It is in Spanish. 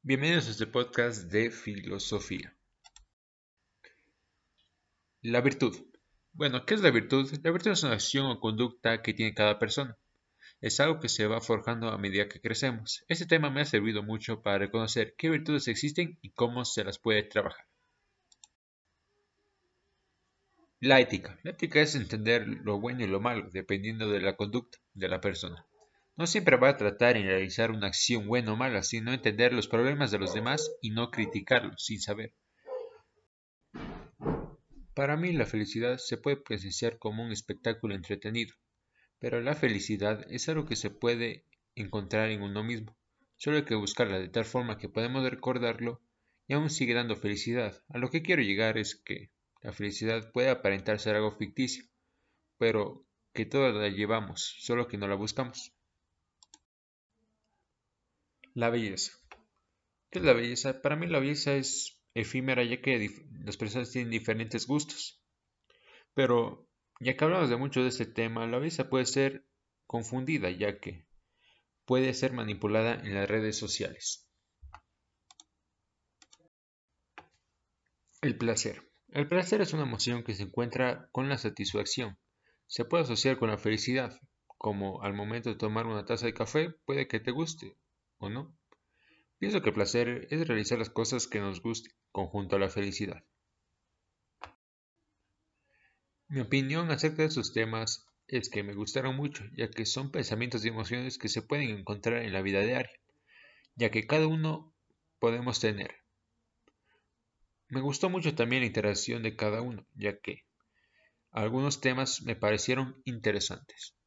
Bienvenidos a este podcast de filosofía. La virtud. Bueno, ¿qué es la virtud? La virtud es una acción o conducta que tiene cada persona. Es algo que se va forjando a medida que crecemos. Este tema me ha servido mucho para reconocer qué virtudes existen y cómo se las puede trabajar. La ética. La ética es entender lo bueno y lo malo, dependiendo de la conducta de la persona. No siempre va a tratar en realizar una acción buena o mala, sino entender los problemas de los demás y no criticarlos sin saber. Para mí la felicidad se puede presenciar como un espectáculo entretenido, pero la felicidad es algo que se puede encontrar en uno mismo. Solo hay que buscarla de tal forma que podemos recordarlo y aún sigue dando felicidad. A lo que quiero llegar es que la felicidad puede aparentar ser algo ficticio, pero que todos la llevamos, solo que no la buscamos. La belleza. ¿Qué es la belleza? Para mí la belleza es efímera ya que las personas tienen diferentes gustos. Pero, ya que hablamos de mucho de este tema, la belleza puede ser confundida, ya que puede ser manipulada en las redes sociales. El placer. El placer es una emoción que se encuentra con la satisfacción. Se puede asociar con la felicidad, como al momento de tomar una taza de café puede que te guste o no. Pienso que el placer es realizar las cosas que nos gusten, conjunto a la felicidad. Mi opinión acerca de estos temas es que me gustaron mucho, ya que son pensamientos y emociones que se pueden encontrar en la vida diaria, ya que cada uno podemos tener. Me gustó mucho también la interacción de cada uno, ya que algunos temas me parecieron interesantes.